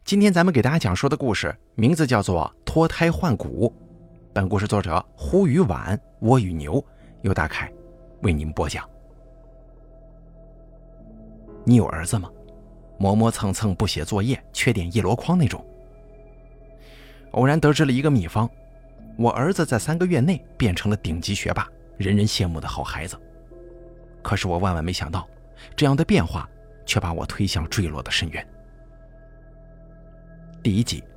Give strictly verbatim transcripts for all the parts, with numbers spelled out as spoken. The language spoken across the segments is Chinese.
今天咱们给大家讲述的故事名字叫做脱胎换骨。本故事作者呼与婉、蜗与牛，由大凯为您播讲。你有儿子吗？磨磨蹭蹭不写作业，缺点一箩筐那种。偶然得知了一个秘方，我儿子在三个月内变成了顶级学霸，人人羡慕的好孩子。可是我万万没想到，这样的变化却把我推向坠落的深渊。第一集，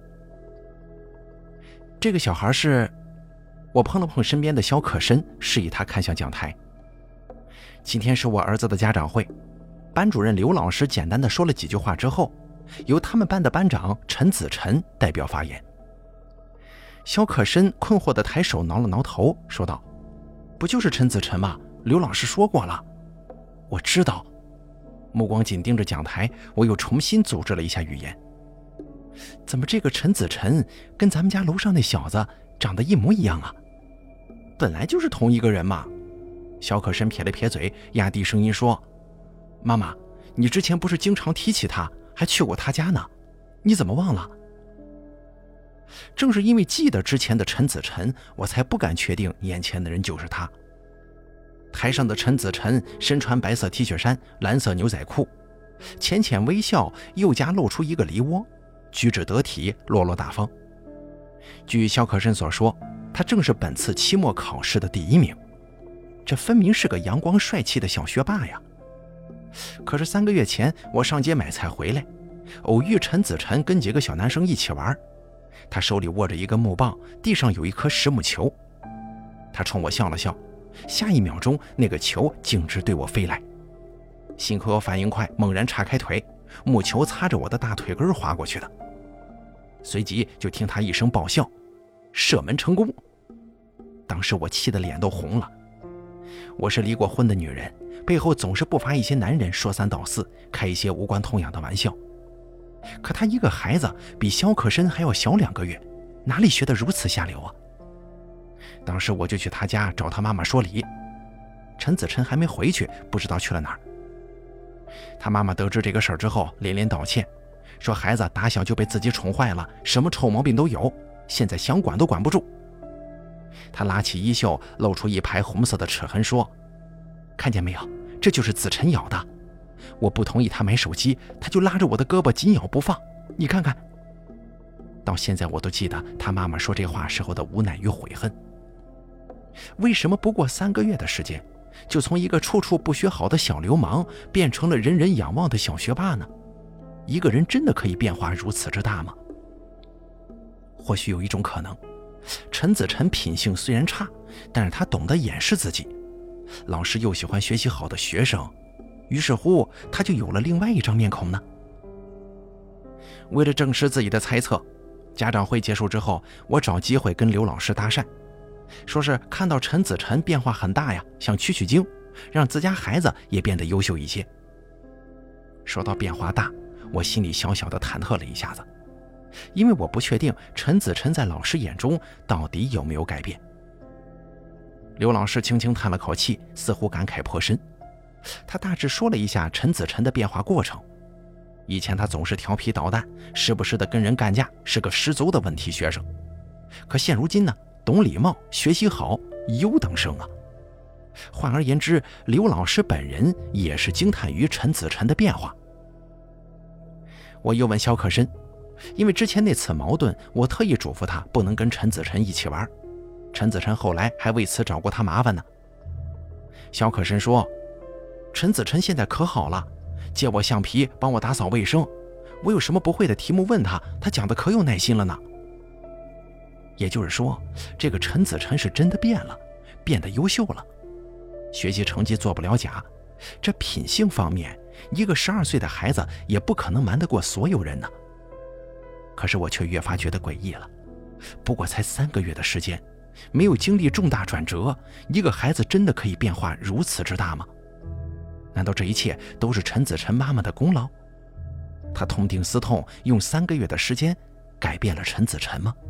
这个小孩是……我碰了碰身边的肖可申，示意他看向讲台。今天是我儿子的家长会，班主任刘老师简单的说了几句话之后，由他们班的班长陈子晨代表发言。肖可申困惑的抬手挠了挠头，说道：“不就是陈子晨吗？刘老师说过了。”我知道。目光紧盯着讲台，我又重新组织了一下语言。怎么这个陈子晨跟咱们家楼上那小子长得一模一样啊？本来就是同一个人嘛。肖可申撇了撇嘴，压低声音说：“妈妈，你之前不是经常提起他，还去过他家呢，你怎么忘了？”正是因为记得之前的陈子晨，我才不敢确定眼前的人就是他。台上的陈子晨身穿白色 T 恤衫、蓝色牛仔裤，浅浅微笑，右颊露出一个梨窝，举止得体，落落大方。据肖可申所说，他正是本次期末考试的第一名，这分明是个阳光帅气的小学霸呀。可是三个月前我上街买菜回来，偶遇陈子晨跟几个小男生一起玩，他手里握着一根木棒，地上有一颗实木球。他冲我笑了笑，下一秒钟那个球径直对我飞来，幸亏我反应快，猛然岔开腿，木球擦着我的大腿根滑过去的。随即就听他一声爆笑，射门成功。当时我气得脸都红了。我是离过婚的女人，背后总是不乏一些男人说三道四，开一些无关痛痒的玩笑。可他一个孩子比肖可申还要小两个月，哪里学得如此下流啊？当时我就去他家找他妈妈说理。陈子晨还没回去，不知道去了哪儿。他妈妈得知这个事儿之后连连道歉，说孩子打小就被自己宠坏了，什么臭毛病都有，现在想管都管不住。他拉起衣袖，露出一排红色的齿痕，说：“看见没有，这就是子晨咬的。我不同意他买手机，他就拉着我的胳膊紧咬不放，你看看。”到现在我都记得他妈妈说这话时候的无奈与悔恨。为什么不过三个月的时间，就从一个处处不学好的小流氓变成了人人仰望的小学霸呢？一个人真的可以变化如此之大吗？或许有一种可能，陈子晨品性虽然差，但是他懂得掩饰自己，老师又喜欢学习好的学生，于是乎他就有了另外一张面孔呢。为了证实自己的猜测，家长会结束之后，我找机会跟刘老师搭讪，说是看到陈子晨变化很大呀，想取取经，让自家孩子也变得优秀一些。说到变化大，我心里小小的忐忑了一下子，因为我不确定陈子晨在老师眼中到底有没有改变。刘老师轻轻叹了口气，似乎感慨颇深。他大致说了一下陈子晨的变化过程。以前他总是调皮捣蛋，时不时的跟人干架，是个十足的问题学生。可现如今呢，懂礼貌，学习好，优等生啊。换而言之，刘老师本人也是惊叹于陈子晨的变化。我又问肖可申，因为之前那次矛盾，我特意嘱咐他不能跟陈子晨一起玩，陈子晨后来还为此找过他麻烦呢。肖可申说：“陈子晨现在可好了，借我橡皮帮我打扫卫生，我有什么不会的题目问他，他讲的可有耐心了呢。”也就是说，这个陈子晨是真的变了，变得优秀了，学习成绩做不了假，这品性方面，一个十二岁的孩子也不可能瞒得过所有人呢。可是我却越发觉得诡异了，不过才三个月的时间，没有经历重大转折，一个孩子真的可以变化如此之大吗？难道这一切都是陈子晨妈妈的功劳？她痛定思痛，用三个月的时间改变了陈子晨吗？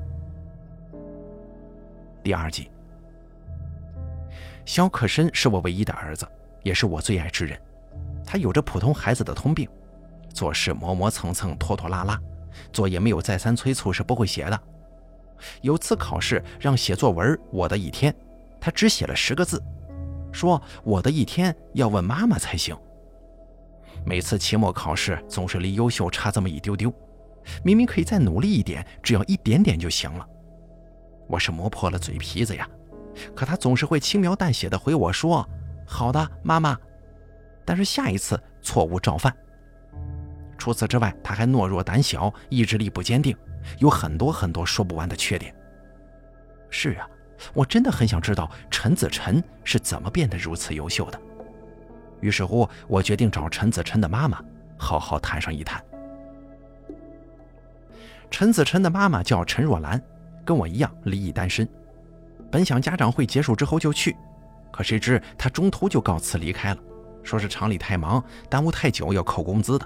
第二集，肖可申是我唯一的儿子，也是我最爱之人。他有着普通孩子的通病，做事磨磨蹭蹭、拖拖拉拉， 作业没有再三催促是不会写的。有次考试让写作文我的一天，他只写了十个字，说我的一天要问妈妈才行。每次期末考试总是离优秀差这么一丢丢，明明可以再努力一点，只要一点点就行了。我是磨破了嘴皮子呀，可他总是会轻描淡写地回我说好的妈妈，但是下一次错误照犯。除此之外，他还懦弱胆小，意志力不坚定，有很多很多说不完的缺点。是啊，我真的很想知道陈子晨是怎么变得如此优秀的。于是乎，我决定找陈子晨的妈妈好好谈上一谈。陈子晨的妈妈叫陈若兰，跟我一样离异单身。本想家长会结束之后就去，可谁知她中途就告辞离开了，说是厂里太忙，耽误太久要扣工资的。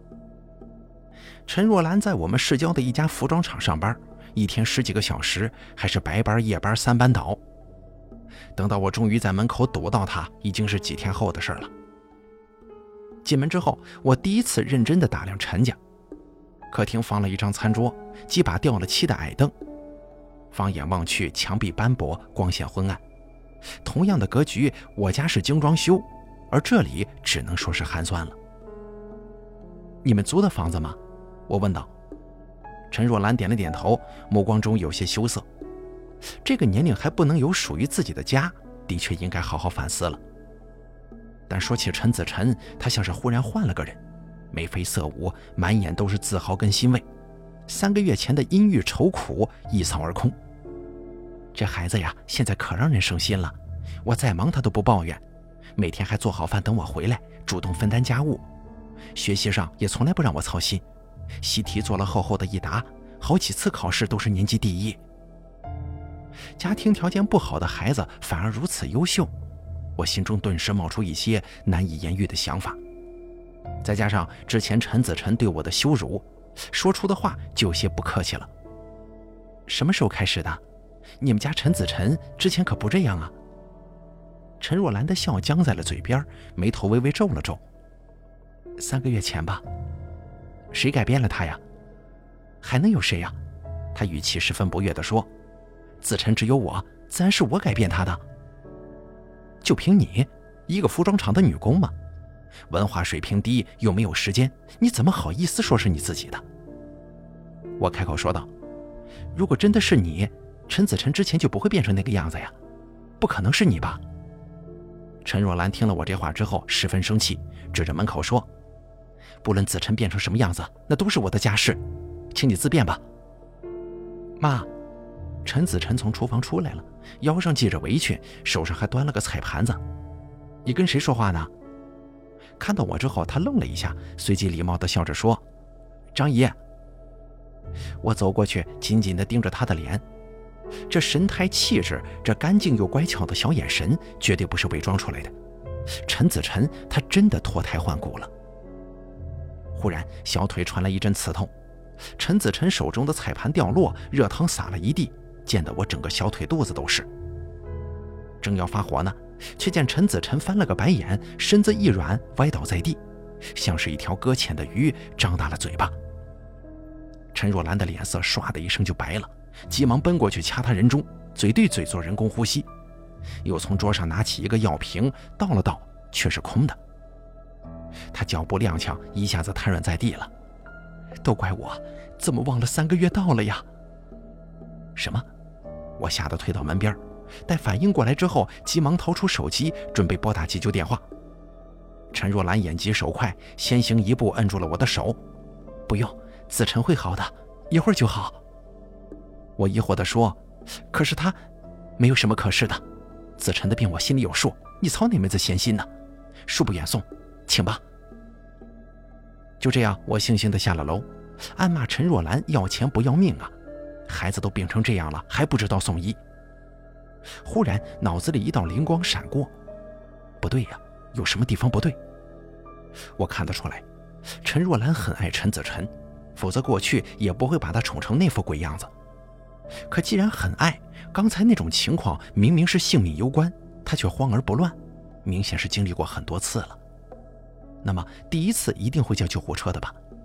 陈若兰在我们市郊的一家服装厂上班，一天十几个小时，还是白班夜班三班倒。等到我终于在门口堵到她，已经是几天后的事了。进门之后，我第一次认真地打量陈家。客厅放了一张餐桌，几把掉了漆的矮凳，放眼望去，墙壁斑驳，光线昏暗。同样的格局，我家是精装修，而这里只能说是寒酸了。你们租的房子吗？我问道。陈若兰点了点头，目光中有些羞涩。这个年龄还不能有属于自己的家，的确应该好好反思了。但说起陈子晨，他像是忽然换了个人，眉飞色舞，满眼都是自豪跟欣慰。三个月前的阴郁愁苦一扫而空。这孩子呀，现在可让人省心了，我再忙他都不抱怨，每天还做好饭等我回来，主动分担家务。学习上也从来不让我操心，习题做了厚厚的一沓，好几次考试都是年级第一。家庭条件不好的孩子反而如此优秀，我心中顿时冒出一些难以言喻的想法。再加上之前陈子晨对我的羞辱，说出的话就有些不客气了。什么时候开始的？你们家陈子晨之前可不这样啊。陈若兰的笑僵在了嘴边，眉头微微皱了皱。三个月前吧。谁改变了他呀？还能有谁呀？他语气十分不悦地说，子晨只有我，自然是我改变他的。就凭你一个服装厂的女工吗？文化水平低又没有时间，你怎么好意思说是你自己的？我开口说道，如果真的是你，陈子晨之前就不会变成那个样子呀，不可能是你吧？陈若兰听了我这话之后十分生气，指着门口说，不论子晨变成什么样子，那都是我的家事，请你自便吧。妈，陈子晨从厨房出来了，腰上系着围裙，手上还端了个菜盘子。你跟谁说话呢？看到我之后，他愣了一下，随即礼貌地笑着说，张姨。我走过去，紧紧地盯着他的脸，这神态气质，这干净又乖巧的小眼神，绝对不是伪装出来的。陈子晨他真的脱胎换骨了。忽然小腿传来一阵刺痛，陈子晨手中的菜盘掉落，热汤洒了一地，溅得我整个小腿肚子都是。正要发火呢，却见陈子晨翻了个白眼，身子一软，歪倒在地，像是一条搁浅的鱼，张大了嘴巴。陈若兰的脸色唰的一声就白了，急忙奔过去掐他人中，嘴对嘴做人工呼吸，又从桌上拿起一个药瓶倒了倒，却是空的。他脚步踉跄，一下子瘫软在地了。都怪我，怎么忘了三个月到了呀？什么？我吓得退到门边，待反应过来之后，急忙掏出手机，准备拨打急救电话。陈若兰眼疾手快，先行一步摁住了我的手。不用，子晨会好的，一会儿就好。我疑惑地说，可是他没有什么可是的，子晨的病我心里有数，你操哪门子闲心呢？恕不远送，请吧。就这样，我悻悻地下了楼，暗骂陈若兰要钱不要命啊，孩子都病成这样了，还不知道送医。忽然脑子里一道灵光闪过，不对呀，有什么地方不对？我看得出来，陈若兰很爱陈子晨，否则过去也不会把他宠成那副鬼样子。可既然很爱，刚才那种情况明明是性命攸关，他却慌而不乱，明显是经历过很多次了。那么第一次一定会叫救护车的吧？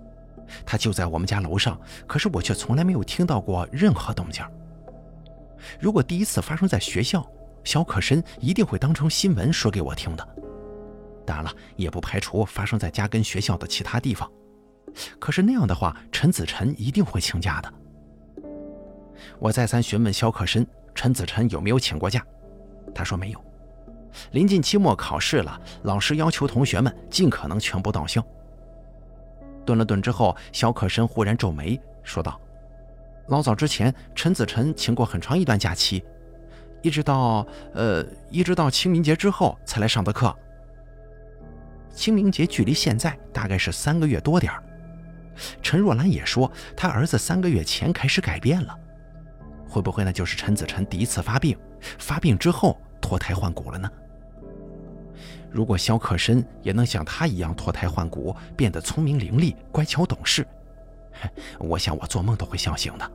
他就在我们家楼上，可是我却从来没有听到过任何动静。如果第一次发生在学校，小可申一定会当成新闻说给我听的。当然了，也不排除发生在家跟学校的其他地方。可是那样的话，陈子晨一定会请假的。我再三询问肖可申，陈子晨有没有请过假？他说没有。临近期末考试了，老师要求同学们尽可能全部到校。顿了顿之后，肖可申忽然皱眉说道：老早之前陈子晨请过很长一段假期，一直到呃一直到清明节之后才来上的课。清明节距离现在大概是三个月多点儿。陈若兰也说他儿子三个月前开始改变了，会不会那就是陈子晨第一次发病，发病之后脱胎换骨了呢？如果肖可申也能像他一样脱胎换骨，变得聪明伶俐、乖巧懂事，我想我做梦都会笑醒的。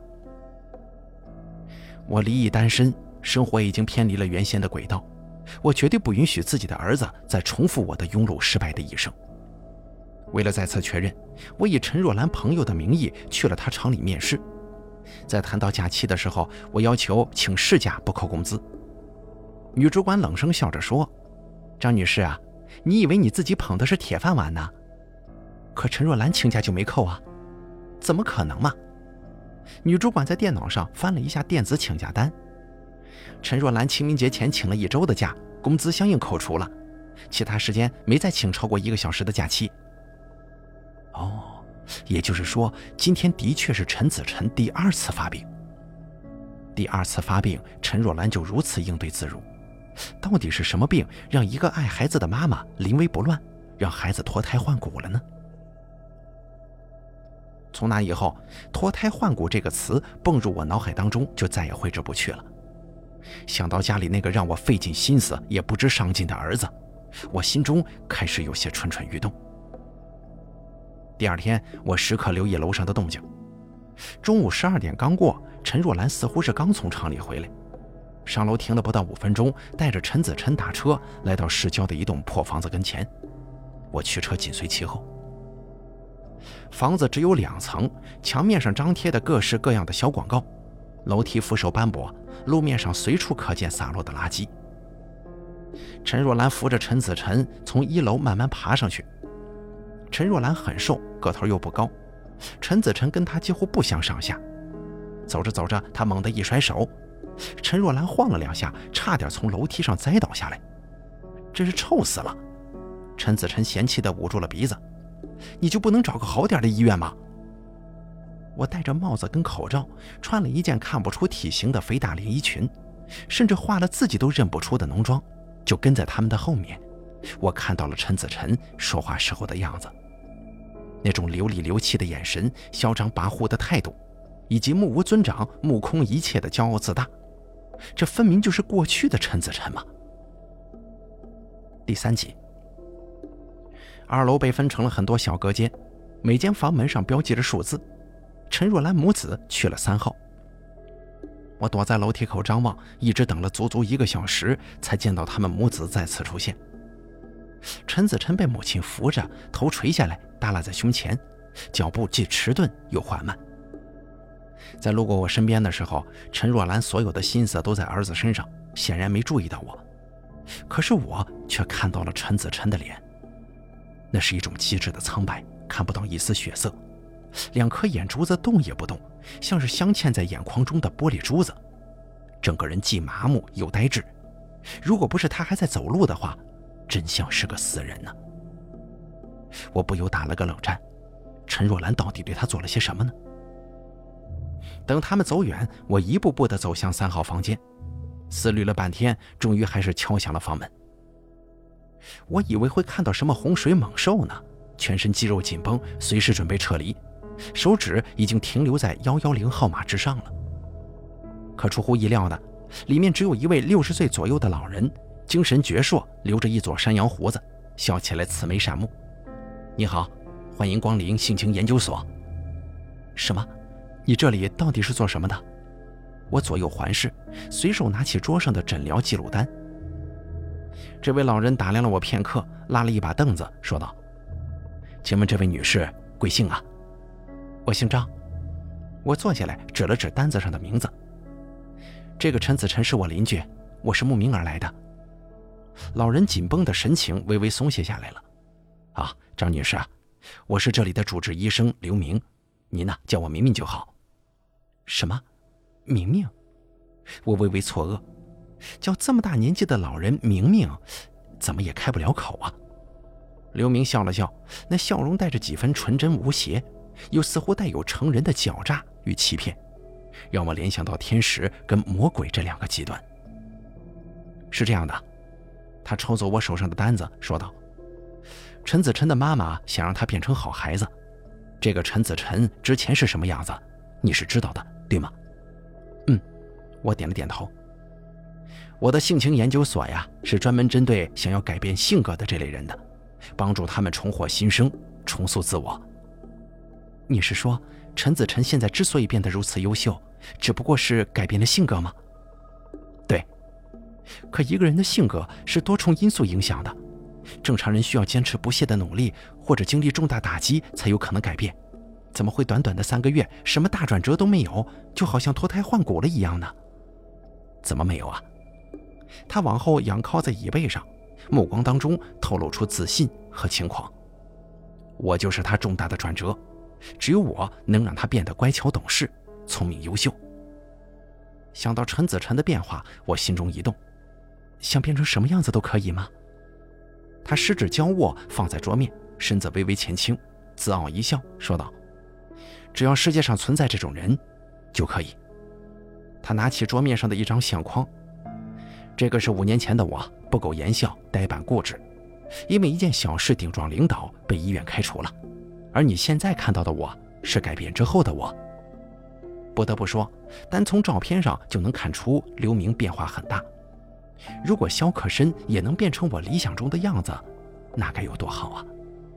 我离异单身，生活已经偏离了原先的轨道，我绝对不允许自己的儿子再重复我的庸碌失败的一生。为了再次确认，我以陈若兰朋友的名义去了他厂里面试。在谈到假期的时候，我要求请事假不扣工资。女主管冷声笑着说：张女士啊，你以为你自己捧的是铁饭碗呢？可陈若兰请假就没扣啊，怎么可能嘛？女主管在电脑上翻了一下电子请假单，陈若兰清明节前请了一周的假，工资相应扣除了，其他时间没再请超过一个小时的假期。哦，也就是说，今天的确是陈子晨第二次发病。第二次发病，陈若兰就如此应对自如。到底是什么病让一个爱孩子的妈妈临危不乱，让孩子脱胎换骨了呢？从那以后，脱胎换骨这个词蹦入我脑海当中，就再也挥之不去了。想到家里那个让我费尽心思也不知上进的儿子，我心中开始有些蠢蠢欲动。第二天，我时刻留意楼上的动静。中午十二点刚过，陈若兰似乎是刚从厂里回来，上楼停了不到五分钟，带着陈子晨打车来到市郊的一栋破房子跟前。我驱车紧随其后。房子只有两层，墙面上张贴的各式各样的小广告，楼梯扶手斑驳，路面上随处可见洒落的垃圾。陈若兰扶着陈子晨从一楼慢慢爬上去。陈若兰很瘦，个头又不高，陈子晨跟她几乎不相上下。走着走着，他猛地一甩手，陈若兰晃了两下，差点从楼梯上栽倒下来。真是臭死了！陈子晨嫌弃地捂住了鼻子：你就不能找个好点的医院吗？我戴着帽子跟口罩，穿了一件看不出体型的肥大连衣裙，甚至化了自己都认不出的浓妆，就跟在他们的后面。我看到了陈子晨说话时候的样子，那种流里流气的眼神，嚣张跋扈的态度，以及目无尊长、目空一切的骄傲自大，这分明就是过去的陈子晨嘛。第三集，二楼被分成了很多小隔间，每间房门上标记着数字。陈若兰母子去了三号。我躲在楼梯口张望，一直等了足足一个小时，才见到他们母子再次出现。陈子晨被母亲扶着，头垂下来，耷拉在胸前，脚步既迟钝又缓慢。在路过我身边的时候，陈若兰所有的心思都在儿子身上，显然没注意到我。可是我却看到了陈子晨的脸，那是一种极致的苍白，看不到一丝血色，两颗眼珠子动也不动，像是镶嵌在眼眶中的玻璃珠子，整个人既麻木又呆滞。如果不是他还在走路的话，真像是个死人呢。我不由打了个冷战，陈若兰到底对他做了些什么呢？等他们走远，我一步步地走向三号房间，思虑了半天，终于还是敲响了房门。我以为会看到什么洪水猛兽呢，全身肌肉紧绷，随时准备撤离，手指已经停留在一一零号码之上了。可出乎意料的，里面只有一位六十岁左右的老人，精神矍铄，留着一撮山羊胡子，笑起来慈眉善目。你好，欢迎光临性情研究所。什么？你这里到底是做什么的？我左右环视，随手拿起桌上的诊疗记录单。这位老人打量了我片刻，拉了一把凳子，说道：请问这位女士贵姓啊？ 我姓张。我坐下来指了指单子上的名字。这个陈子晨是我邻居，我是慕名而来的。老人紧绷的神情微微松懈下来了。啊，张女士啊，我是这里的主治医生刘明，您呢叫我明明就好。什么？明明？我微微错愕，叫这么大年纪的老人明明，怎么也开不了口啊。刘明笑了笑，那笑容带着几分纯真无邪，又似乎带有成人的狡诈与欺骗，让我联想到天使跟魔鬼这两个极端。是这样的，他抽走我手上的单子说道，陈子晨的妈妈想让他变成好孩子，这个陈子晨之前是什么样子你是知道的对吗？嗯，我点了点头。我的性情研究所呀，是专门针对想要改变性格的这类人的，帮助他们重获新生，重塑自我。你是说陈子晨现在之所以变得如此优秀，只不过是改变了性格吗？对。可一个人的性格是多重因素影响的，正常人需要坚持不懈的努力，或者经历重大打击才有可能改变，怎么会短短的三个月什么大转折都没有，就好像脱胎换骨了一样呢？怎么没有啊？他往后仰靠在椅背上，目光当中透露出自信和轻狂。我就是他重大的转折，只有我能让他变得乖巧懂事，聪明优秀。想到陈子晨的变化，我心中一动，想变成什么样子都可以吗？他十指交握放在桌面，身子微微前倾，自傲一笑说道，只要世界上存在这种人就可以。他拿起桌面上的一张相框，这个是五年前的我，不苟言笑，呆板固执，因为一件小事顶撞领导被医院开除了。而你现在看到的我是改变之后的我。不得不说，单从照片上就能看出刘明变化很大。如果肖可申也能变成我理想中的样子，那该有多好啊。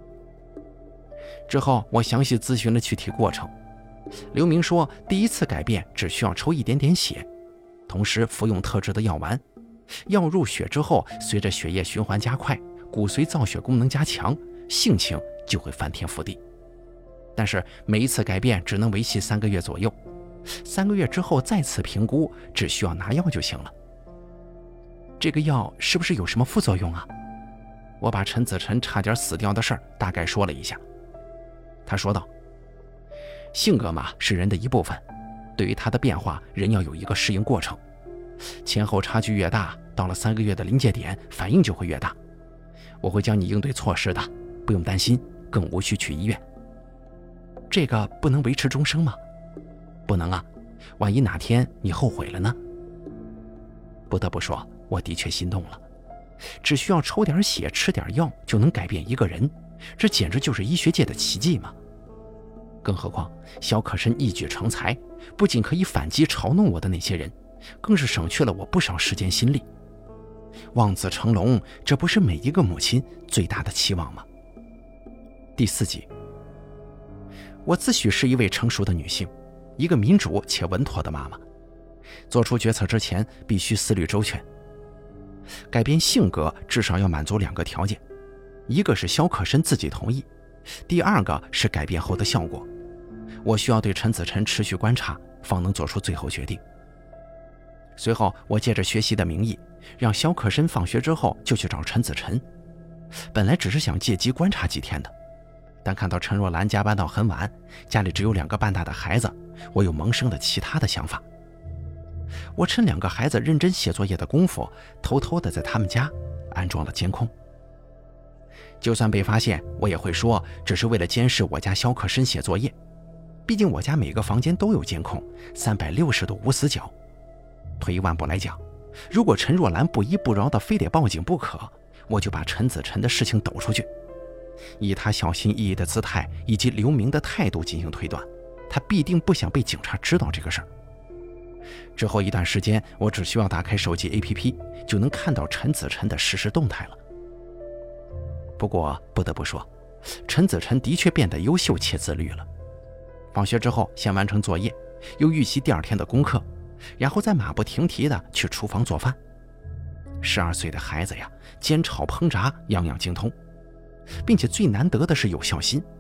之后我详细咨询了具体过程。刘明说，第一次改变只需要抽一点点血，同时服用特制的药丸，药入血之后，随着血液循环加快，骨髓造血功能加强，性情就会翻天覆地。但是每一次改变只能为期三个月左右，三个月之后再次评估，只需要拿药就行了。这个药是不是有什么副作用啊？我把陈子晨差点死掉的事儿大概说了一下。他说道，性格嘛是人的一部分，对于他的变化，人要有一个适应过程，前后差距越大，到了三个月的临界点，反应就会越大。我会教你应对措施的，不用担心，更无需去医院。这个不能维持终生吗？不能啊，万一哪天你后悔了呢？不得不说，我的确心动了。只需要抽点血，吃点药就能改变一个人，这简直就是医学界的奇迹嘛。更何况肖可申一举成才，不仅可以反击嘲弄我的那些人，更是省去了我不少时间心力。望子成龙，这不是每一个母亲最大的期望吗？第四集，我自诩是一位成熟的女性，一个民主且稳妥的妈妈，做出决策之前必须思虑周全。改变性格至少要满足两个条件，一个是肖可申自己同意，第二个是改变后的效果。我需要对陈子晨持续观察，方能做出最后决定。随后我借着学习的名义，让肖可申放学之后就去找陈子晨。本来只是想借机观察几天的，但看到陈若兰加班到很晚，家里只有两个半大的孩子，我又萌生了其他的想法。我趁两个孩子认真写作业的功夫，偷偷地在他们家安装了监控。就算被发现，我也会说只是为了监视我家肖可申写作业，毕竟我家每个房间都有监控，三百六十度无死角。退一万步来讲，如果陈若兰不依不饶的非得报警不可，我就把陈子晨的事情抖出去。以他小心翼翼的姿态以及刘明的态度进行推断，他必定不想被警察知道这个事儿。之后一段时间，我只需要打开手机 A P P 就能看到陈子晨的实时动态了。不过不得不说，陈子晨的确变得优秀且自律了。放学之后先完成作业，又预习第二天的功课，然后再马不停蹄地去厨房做饭。十二岁的孩子呀，煎炒烹炸样样精通，并且最难得的是有孝心。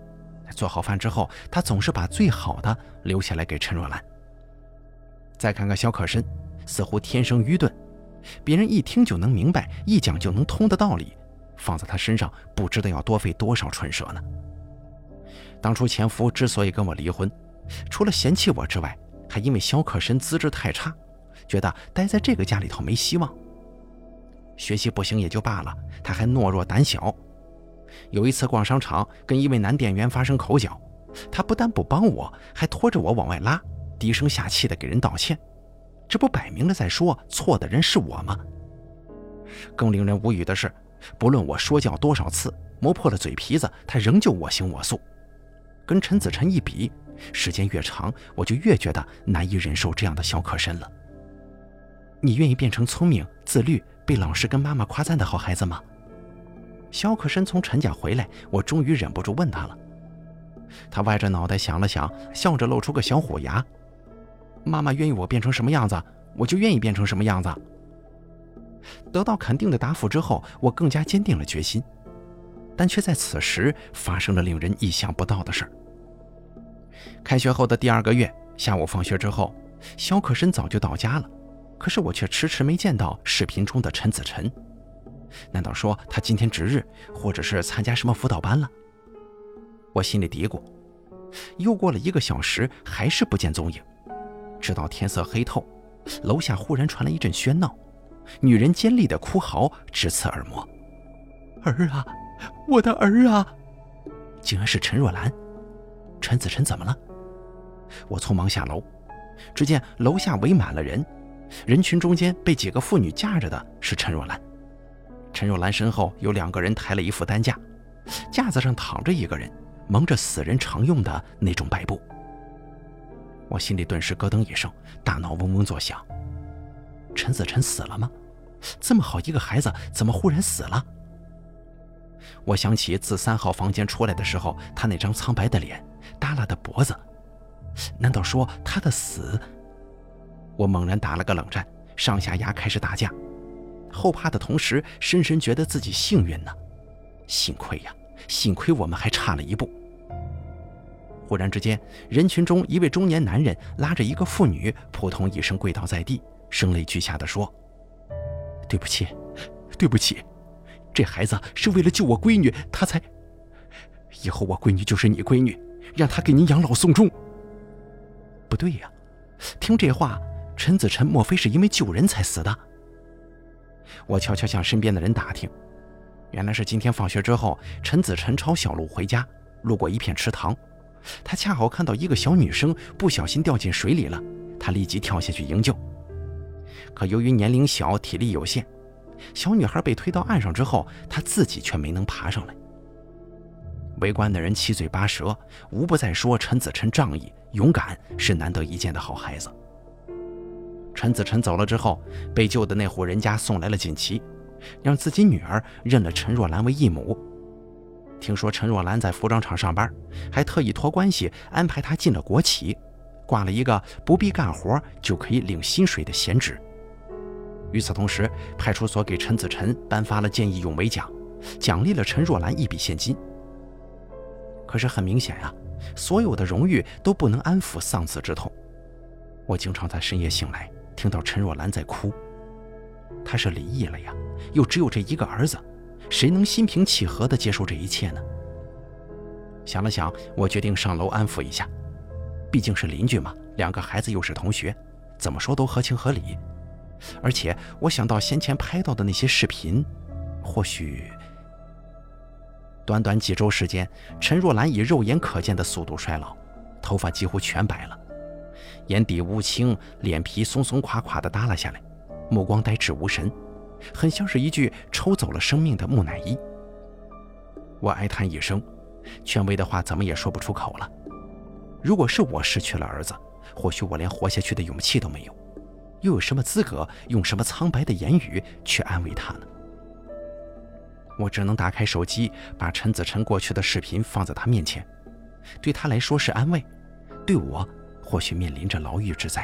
做好饭之后，他总是把最好的留下来给陈若兰。再看看萧可申，似乎天生愚钝，别人一听就能明白，一讲就能通的道理，放在他身上不知道要多费多少唇舌呢。当初前夫之所以跟我离婚，除了嫌弃我之外，还因为萧可申资质太差，觉得待在这个家里头没希望。学习不行也就罢了，他还懦弱胆小。有一次逛商场跟一位男店员发生口角，他不但不帮我，还拖着我往外拉，低声下气地给人道歉，这不摆明了在说错的人是我吗？更令人无语的是，不论我说教多少次，磨破了嘴皮子，他仍旧我行我素。跟陈子晨一比，时间越长，我就越觉得难以忍受这样的萧可申了。你愿意变成聪明、自律、被老师跟妈妈夸赞的好孩子吗？萧可申从陈家回来，我终于忍不住问他了。他歪着脑袋想了想，笑着露出个小虎牙。妈妈愿意我变成什么样子，我就愿意变成什么样子。得到肯定的答复之后，我更加坚定了决心，但却在此时发生了令人意想不到的事儿。开学后的第二个月，下午放学之后，萧可申早就到家了，可是我却迟迟没见到视频中的陈子晨。难道说他今天值日，或者是参加什么辅导班了？我心里嘀咕。又过了一个小时，还是不见踪影。直到天色黑透，楼下忽然传来一阵喧闹，女人尖利的哭嚎直刺耳膜。儿啊，我的儿啊！竟然是陈若兰。陈子晨怎么了？我匆忙下楼，只见楼下围满了人，人群中间被几个妇女架着的是陈若兰。陈若兰身后有两个人抬了一副担架，架子上躺着一个人，蒙着死人常用的那种白布。我心里顿时咯噔一声，大脑嗡嗡作响。陈子晨死了吗？这么好一个孩子，怎么忽然死了？我想起自三号房间出来的时候，他那张苍白的脸，耷拉的脖子，难道说他的死？我猛然打了个冷战，上下牙开始打架，后怕的同时，深深觉得自己幸运呢。幸亏呀，幸亏我们还差了一步。忽然之间，人群中一位中年男人拉着一个妇女，扑通一声跪倒在地，声泪俱下地说：“对不起，对不起，这孩子是为了救我闺女，他才……以后我闺女就是你闺女，让她给您养老送终。”不对呀，听这话，陈子晨莫非是因为救人才死的？我悄悄向身边的人打听，原来是今天放学之后，陈子晨朝小路回家，路过一片池塘，他恰好看到一个小女生不小心掉进水里了，他立即跳下去营救。可由于年龄小，体力有限，小女孩被推到岸上之后，她自己却没能爬上来。围观的人七嘴八舌，无不在说陈子晨仗义勇敢，是难得一见的好孩子。陈子晨走了之后，被救的那户人家送来了锦旗，让自己女儿认了陈若兰为义母。听说陈若兰在服装厂上班，还特意托关系安排她进了国企，挂了一个不必干活就可以领薪水的闲职。与此同时，派出所给陈子晨颁发了见义勇为奖，奖励了陈若兰一笔现金。可是很明显啊，所有的荣誉都不能安抚丧子之痛。我经常在深夜醒来，听到陈若兰在哭。她是离异了呀，又只有这一个儿子，谁能心平气和地接受这一切呢？想了想，我决定上楼安抚一下，毕竟是邻居嘛，两个孩子又是同学，怎么说都合情合理。而且我想到先前拍到的那些视频，或许……短短几周时间，陈若兰以肉眼可见的速度衰老，头发几乎全白了，眼底乌青，脸皮松松垮垮地耷拉下来，目光呆滞无神，很像是一具抽走了生命的木乃伊。我哀叹一声，劝慰的话怎么也说不出口了。如果是我失去了儿子，或许我连活下去的勇气都没有，又有什么资格用什么苍白的言语去安慰他呢？我只能打开手机，把陈子晨过去的视频放在他面前，对他来说是安慰，对我或许面临着牢狱之灾。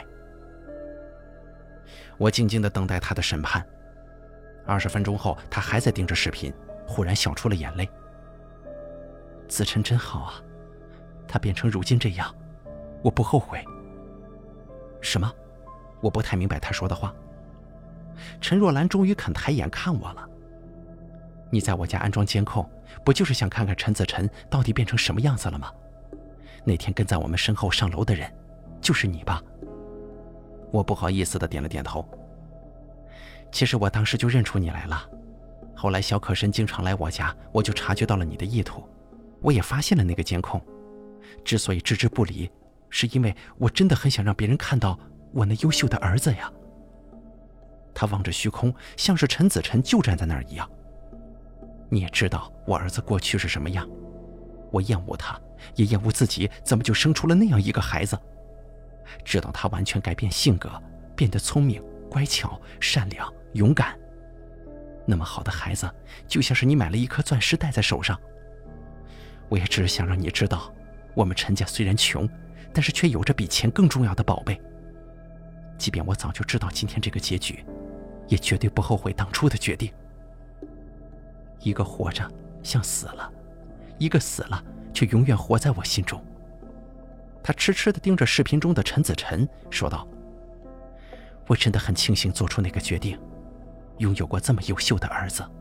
我静静地等待他的审判。二十分钟后，他还在盯着视频，忽然笑出了眼泪。子晨真好啊， 他变成如今这样，我不后悔。什么？我不太明白他说的话。陈若兰终于肯抬眼看我了。你在我家安装监控，不就是想看看陈子晨到底变成什么样子了吗？那天跟在我们身后上楼的人，就是你吧？我不好意思地点了点头。其实我当时就认出你来了，后来小可申经常来我家，我就察觉到了你的意图，我也发现了那个监控。之所以置之不理，是因为我真的很想让别人看到我那优秀的儿子呀。他望着虚空，像是陈子晨就站在那儿一样。你也知道我儿子过去是什么样，我厌恶他，也厌恶自己怎么就生出了那样一个孩子。直到他完全改变性格，变得聪明、乖巧、善良、勇敢，那么好的孩子就像是你买了一颗钻石戴在手上。我也只是想让你知道，我们陈家虽然穷，但是却有着比钱更重要的宝贝。即便我早就知道今天这个结局，也绝对不后悔当初的决定。一个活着像死了，一个死了却永远活在我心中。他痴痴地盯着视频中的陈子晨，说道：我真的很庆幸做出那个决定，拥有过这么优秀的儿子。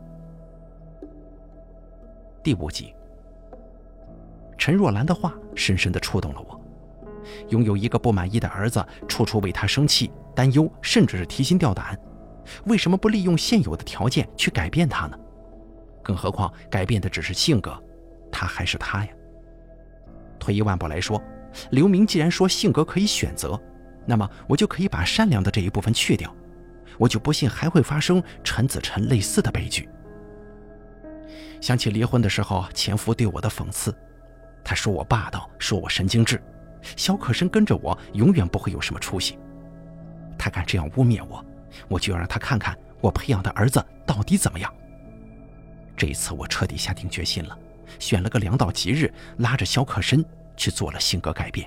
第五集，陈若兰的话深深地触动了我。拥有一个不满意的儿子，处处为他生气、担忧，甚至是提心吊胆，为什么不利用现有的条件去改变他呢？更何况改变的只是性格，他还是他呀。退一万步来说，刘明既然说性格可以选择，那么我就可以把善良的这一部分去掉，我就不信还会发生陈子晨类似的悲剧。想起离婚的时候前夫对我的讽刺，他说我霸道，说我神经质，小可申跟着我永远不会有什么出息。他敢这样污蔑我，我就要让他看看我培养的儿子到底怎么样。这一次我彻底下定决心了，选了个良道吉日，拉着小可申去做了性格改变。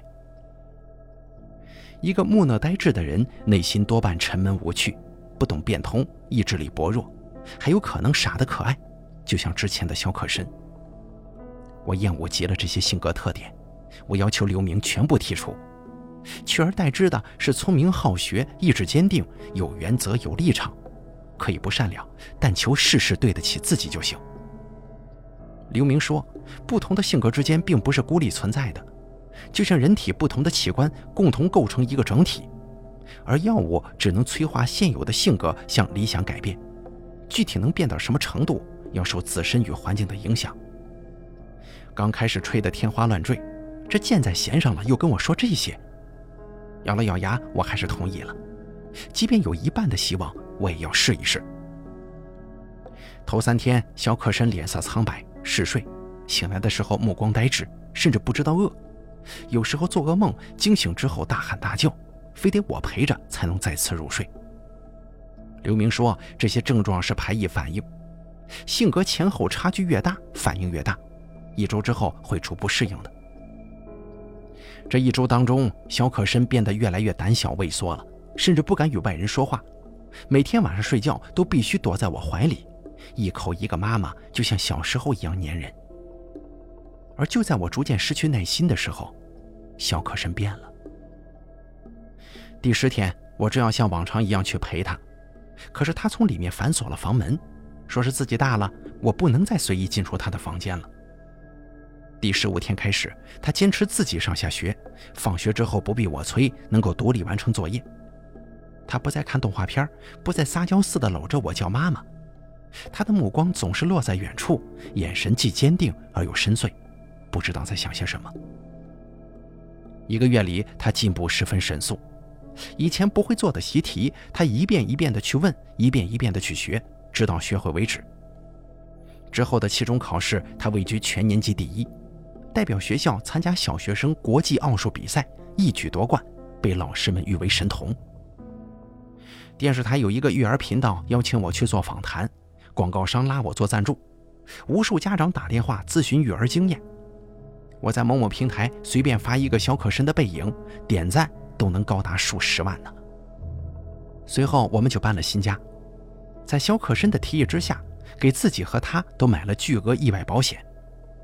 一个木讷呆滞的人，内心多半沉闷无趣，不懂变通，意志力薄弱，还有可能傻得可爱，就像之前的小可申。我厌恶极了这些性格特点，我要求刘明全部剔除，取而代之的是聪明好学、意志坚定、有原则、有立场，可以不善良，但求事事对得起自己就行。刘明说，不同的性格之间并不是孤立存在的，就像人体不同的器官共同构成一个整体，而药物只能催化现有的性格向理想改变，具体能变到什么程度，要受自身与环境的影响。刚开始吹得天花乱坠，这箭在弦上了，又跟我说这些。咬了咬牙，我还是同意了，即便有一半的希望，我也要试一试。头三天，小可申脸色苍白，嗜睡，醒来的时候目光呆滞，甚至不知道饿，有时候做噩梦，惊醒之后大喊大叫，非得我陪着才能再次入睡。刘明说，这些症状是排异反应，性格前后差距越大，反应越大，一周之后会逐步适应的。这一周当中，小可申变得越来越胆小畏缩了，甚至不敢与外人说话，每天晚上睡觉都必须躲在我怀里，一口一个妈妈，就像小时候一样粘人。而就在我逐渐失去耐心的时候，小可申变了。第十天，我正要像往常一样去陪他，可是他从里面反锁了房门，说是自己大了，我不能再随意进出他的房间了。第十五天开始，他坚持自己上下学，放学之后不必我催，能够独立完成作业。他不再看动画片，不再撒娇似的搂着我叫妈妈，他的目光总是落在远处，眼神既坚定而又深邃，不知道在想些什么。一个月里，他进步十分神速，以前不会做的习题，他一遍一遍的去问，一遍一遍的去学，直到学会为止。之后的期中考试，他位居全年级第一，代表学校参加小学生国际奥数比赛，一举夺冠，被老师们誉为神童。电视台有一个育儿频道邀请我去做访谈，广告商拉我做赞助，无数家长打电话咨询育儿经验。我在某某平台随便发一个小可申的背影，点赞都能高达数十万呢。随后我们就搬了新家，在小可申的提议之下，给自己和他都买了巨额意外保险。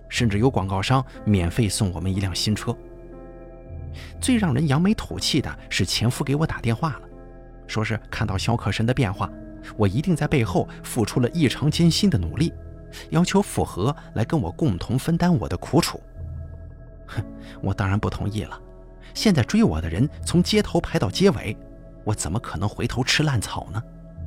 甚至有广告商免费送我们一辆新车。最让人扬眉吐气的是前夫给我打电话了，说是看到肖可申的变化，我一定在背后付出了异常艰辛的努力，要求复合来跟我共同分担我的苦楚。哼，我当然不同意了。现在追我的人从街头排到街尾，我怎么可能回头吃烂草呢？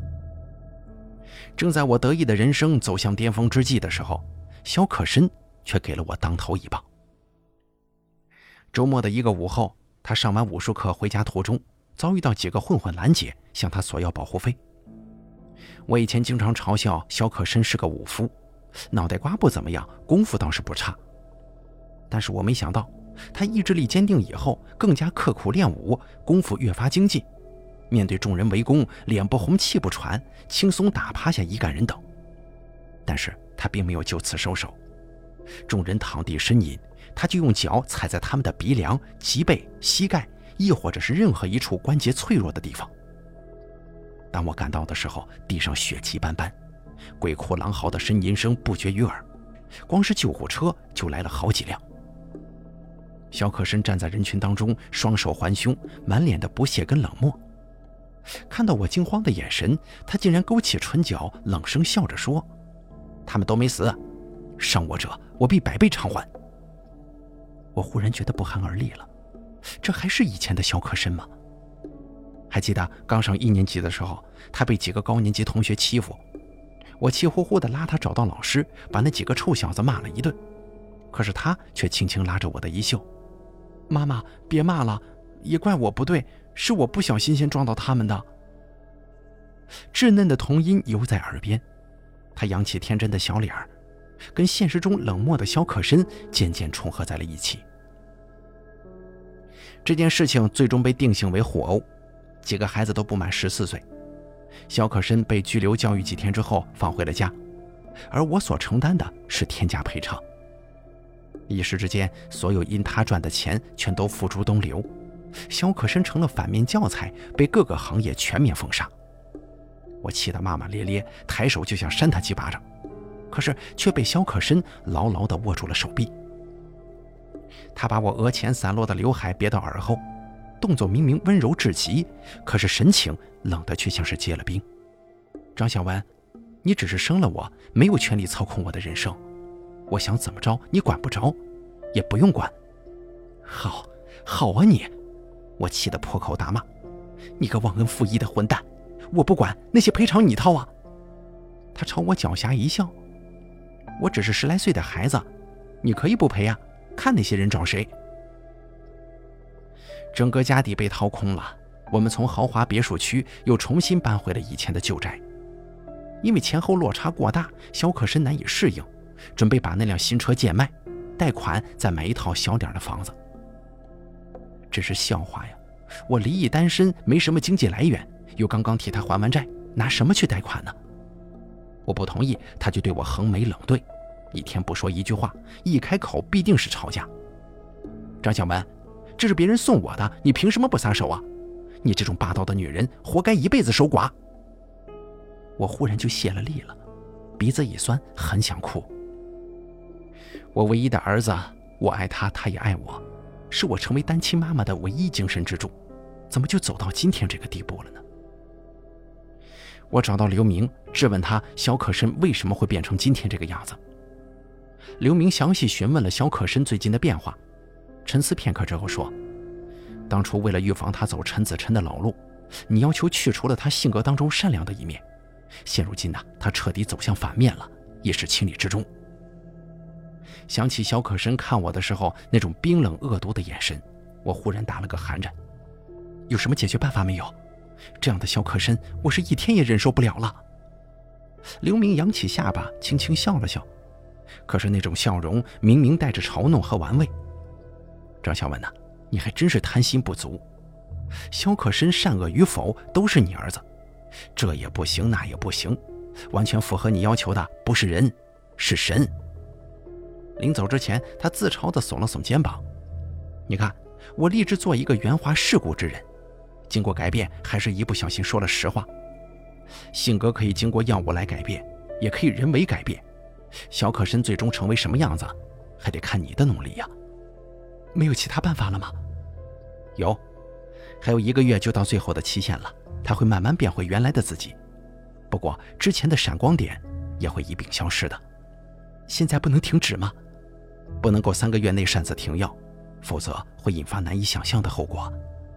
正在我得意的人生走向巅峰之际的时候，肖可申却给了我当头一棒。周末的一个午后，他上完武术课回家途中，遭遇到几个混混拦截，向他索要保护费。我以前经常嘲笑肖可申是个武夫，脑袋瓜不怎么样，功夫倒是不差。但是我没想到，他意志力坚定以后，更加刻苦练武，功夫越发精进。面对众人围攻，脸不红气不喘，轻松打趴下一干人等。但是他并没有就此收手，众人躺地呻吟，他就用脚踩在他们的鼻梁、脊背、膝盖，亦或者是任何一处关节脆弱的地方。当我赶到的时候，地上血迹斑斑，鬼哭狼嚎的呻吟声不绝于耳，光是救护车就来了好几辆。肖可申站在人群当中，双手环胸，满脸的不屑跟冷漠。看到我惊慌的眼神，他竟然勾起唇角，冷声笑着说：“他们都没死，伤我者我必百倍偿还。”我忽然觉得不寒而栗了，这还是以前的肖可申吗？还记得刚上一年级的时候，他被几个高年级同学欺负，我气呼呼地拉他找到老师，把那几个臭小子骂了一顿。可是他却轻轻拉着我的衣袖：“妈妈，别骂了，也怪我不对，是我不小心先撞到他们的。”稚嫩的童音犹在耳边，他扬起天真的小脸儿，跟现实中冷漠的肖可申渐渐重合在了一起。这件事情最终被定性为互殴，几个孩子都不满十四岁。肖可申被拘留教育几天之后放回了家，而我所承担的是天价赔偿。一时之间，所有因他赚的钱全都付诸东流，肖可申成了反面教材，被各个行业全面封杀。我气得骂骂咧咧，抬手就想扇他几巴掌，可是却被肖可申牢牢地握住了手臂。他把我额前散落的刘海别到耳后，动作明明温柔至极，可是神情冷得却像是结了冰。张小文，你只是生了我，没有权利操控我的人生，我想怎么着你管不着，也不用管。好，好啊你！我气得破口大骂，你个忘恩负义的混蛋，我不管，那些赔偿你掏啊！他朝我狡黠一笑，我只是十来岁的孩子，你可以不赔啊，看那些人找谁。整个家底被掏空了，我们从豪华别墅区又重新搬回了以前的旧宅。因为前后落差过大，肖可申难以适应，准备把那辆新车贱卖，贷款再买一套小点的房子。这是笑话呀！我离异单身，没什么经济来源，又刚刚替他还完债，拿什么去贷款呢？我不同意，他就对我横眉冷对，一天不说一句话，一开口必定是吵架。张小文，这是别人送我的，你凭什么不撒手啊？你这种霸道的女人，活该一辈子守寡。我忽然就泄了力了，鼻子一酸，很想哭。我唯一的儿子，我爱他，他也爱我，是我成为单亲妈妈的唯一精神支柱，怎么就走到今天这个地步了呢？我找到刘明，质问他肖可申为什么会变成今天这个样子。刘明详细询问了肖可申最近的变化，沉思片刻之后说，当初为了预防他走陈子琛的老路，你要求去除了他性格当中善良的一面，现如今呢、啊，他彻底走向反面了，也是情理之中。想起肖可申看我的时候那种冰冷恶毒的眼神，我忽然打了个寒颤。有什么解决办法没有？这样的肖可申，我是一天也忍受不了了。刘明扬起下巴，轻轻笑了笑，可是那种笑容明明带着嘲弄和玩味。张小文呐、啊，你还真是贪心不足。肖可申善恶与否都是你儿子，这也不行那也不行，完全符合你要求的不是人，是神。临走之前，他自嘲地耸了耸肩膀，你看，我立志做一个圆滑世故之人，经过改变，还是一不小心说了实话。性格可以经过药物来改变，也可以人为改变。肖可申最终成为什么样子， 还得看你的努力呀。 没有其他办法了吗？ 有，还有一个月就到最后的期限了，他会慢慢变回原来的自己。不过之前的闪光点也会一并消失的。 现在不能停止吗？ 不能够三个月内擅自停药，否则会引发难以想象的后果。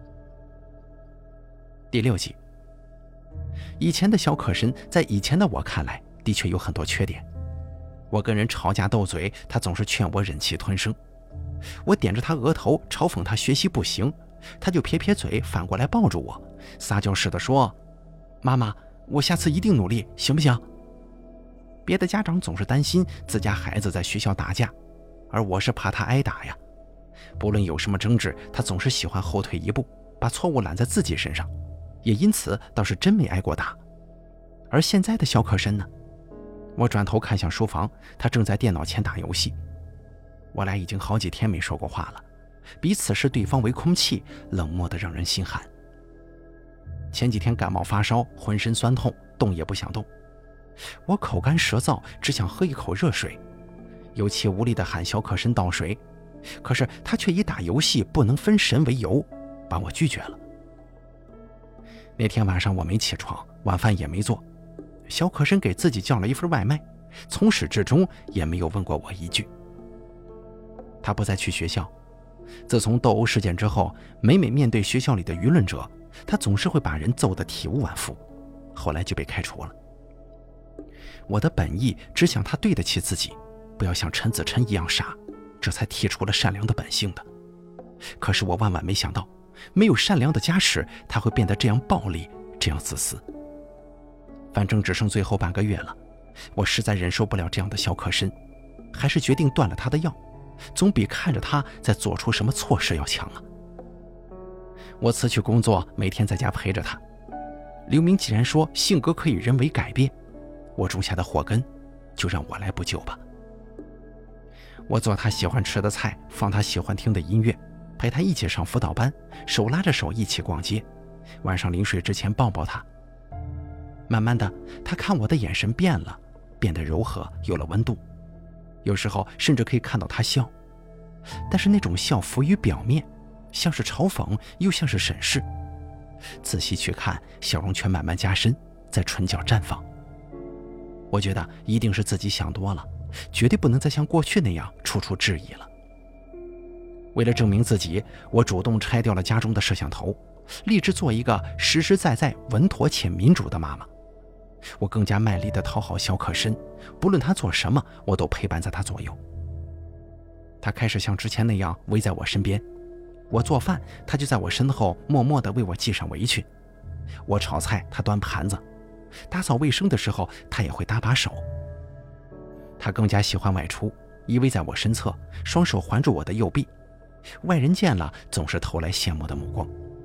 第六集，以前的小可申在以前的我看来的确有很多缺点。我跟人吵架斗嘴，他总是劝我忍气吞声。我点着他额头嘲讽他学习不行，他就撇撇嘴，反过来抱住我，撒娇似的说：妈妈，我下次一定努力，行不行？别的家长总是担心自家孩子在学校打架，而我是怕他挨打呀。不论有什么争执，他总是喜欢后退一步，把错误揽在自己身上，也因此倒是真没挨过打。而现在的小可申呢？我转头看向书房，他正在电脑前打游戏。我俩已经好几天没说过话了，彼此视对方为空气，冷漠得让人心寒。前几天感冒发烧，浑身酸痛，动也不想动。我口干舌燥，只想喝一口热水，有气无力地喊小可申倒水，可是他却以打游戏不能分神为由，把我拒绝了。那天晚上我没起床，晚饭也没做，小可申给自己叫了一份外卖，从始至终也没有问过我一句。他不再去学校，自从斗殴事件之后，每每面对学校里的舆论者，他总是会把人揍得体无完肤，后来就被开除了。我的本意只想他对得起自己，不要像陈子琛一样傻，这才剔除了善良的本性的。可是我万万没想到，没有善良的家世，他会变得这样暴力，这样自私。反正只剩最后半个月了，我实在忍受不了这样的小可申，还是决定断了他的药，总比看着他再做出什么错事要强啊。我辞去工作，每天在家陪着他。刘明既然说性格可以人为改变，我种下的祸根就让我来补救吧。我做他喜欢吃的菜，放他喜欢听的音乐，陪他一起上辅导班，手拉着手一起逛街，晚上临睡之前抱抱他。慢慢的，他看我的眼神变了，变得柔和，有了温度，有时候甚至可以看到他笑，但是那种笑浮于表面，像是嘲讽，又像是审视。仔细去看，笑容却慢慢加深，在唇角绽放。我觉得一定是自己想多了，绝对不能再像过去那样处处质疑了。为了证明自己，我主动拆掉了家中的摄像头，立志做一个实实在在、稳妥且民主的妈妈。我更加卖力地讨好小可申，不论他做什么，我都陪伴在他左右。他开始像之前那样围在我身边，我做饭，他就在我身后默默地为我系上围裙；我炒菜，他端盘子；打扫卫生的时候，他也会搭把手。他更加喜欢外出，依偎在我身侧，双手环住我的右臂，外人见了总是投来羡慕的目光。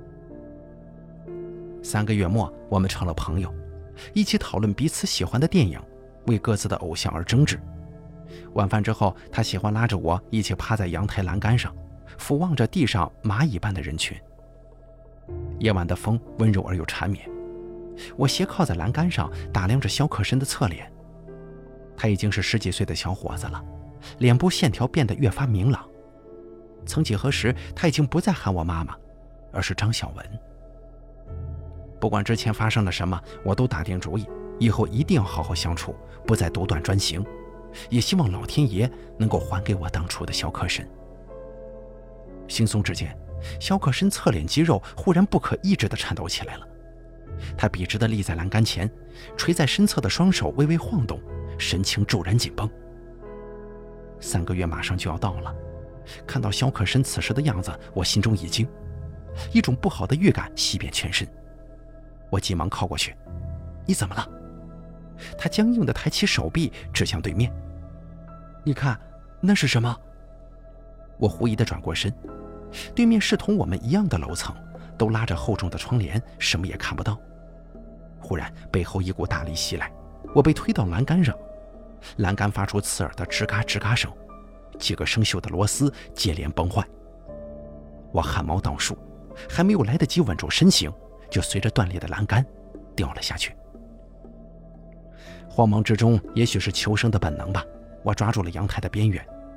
三个月末，我们成了朋友，一起讨论彼此喜欢的电影，为各自的偶像而争执。晚饭之后，他喜欢拉着我一起趴在阳台栏杆上，俯望着地上蚂蚁般的人群。夜晚的风温柔而又缠绵，我斜靠在栏杆上，打量着小可申的侧脸。他已经是十几岁的小伙子了，脸部线条变得越发明朗。曾几何时，他已经不再喊我妈妈，而是张小文。不管之前发生了什么，我都打定主意，以后一定要好好相处，不再独断专行，也希望老天爷能够还给我当初的小可申。惺忪之间，小可申侧脸肌肉忽然不可抑制地颤抖起来了。他笔直地立在栏杆前，垂在身侧的双手微微晃动，神情骤然紧绷。三个月马上就要到了，看到小可申此时的样子，我心中一惊，一种不好的预感袭遍全身。我急忙靠过去，你怎么了？他僵硬地抬起手臂指向对面，你看那是什么？我狐疑地转过身，对面是同我们一样的楼层，都拉着厚重的窗帘，什么也看不到。忽然背后一股大力袭来，我被推到栏杆上，栏杆发出刺耳的吱嘎吱嘎声，几个生锈的螺丝接连崩坏。我汗毛倒竖，还没有来得及稳住身形，就随着断裂的栏杆掉了下去。慌忙之中，也许是求生的本能吧，我抓住了阳台的边缘，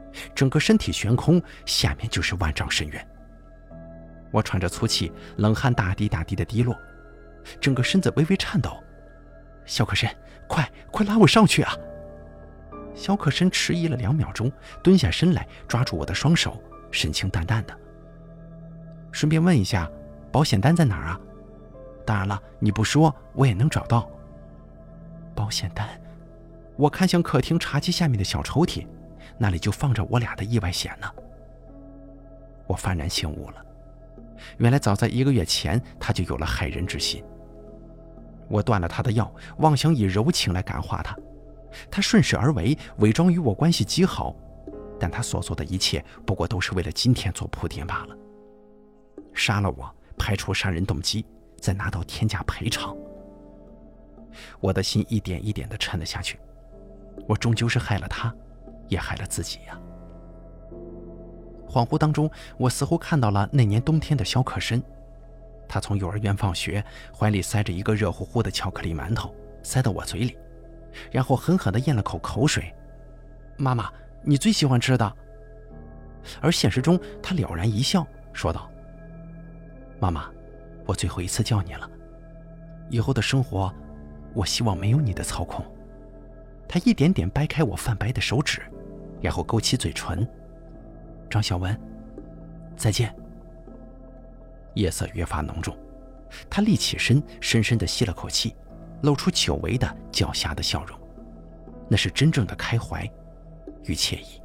整个身体悬空，下面就是万丈深渊。我喘着粗气，冷汗大滴大滴的滴落，整个身子微微颤抖。肖克申，快快拉我上去啊！肖克申迟疑了两秒钟，蹲下身来，抓住我的双手，神情淡淡的。顺便问一下，保险单在哪儿啊？当然了，你不说我也能找到。保险单？我看向客厅茶几下面的小抽屉，那里就放着我俩的意外险呢。我幡然醒悟了，原来早在一个月前他就有了害人之心。我断了他的药，妄想以柔情来感化他，他顺势而为，伪装与我关系极好，但他所做的一切不过都是为了今天做铺垫罢了。杀了我，排除杀人动机，再拿到天价赔偿。我的心一点一点地沉了下去，我终究是害了他，也害了自己呀。恍惚当中，我似乎看到了那年冬天的肖克申，他从幼儿园放学，怀里塞着一个热乎乎的巧克力馒头，塞到我嘴里，然后狠狠地咽了口口水。妈妈，你最喜欢吃的。而现实中，他了然一笑，说道：妈妈，我最后一次叫你了，以后的生活，我希望没有你的操控。他一点点掰开我泛白的手指，然后勾起嘴唇。张小文，再见。夜色越发浓重，他立起身，深深地吸了口气，露出久违的狡黠的笑容，那是真正的开怀与惬意。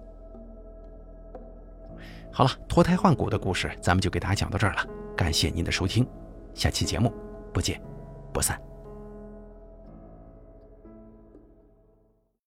好了，脱胎换骨的故事咱们就给大家讲到这儿了，感谢您的收听，下期节目不见不散。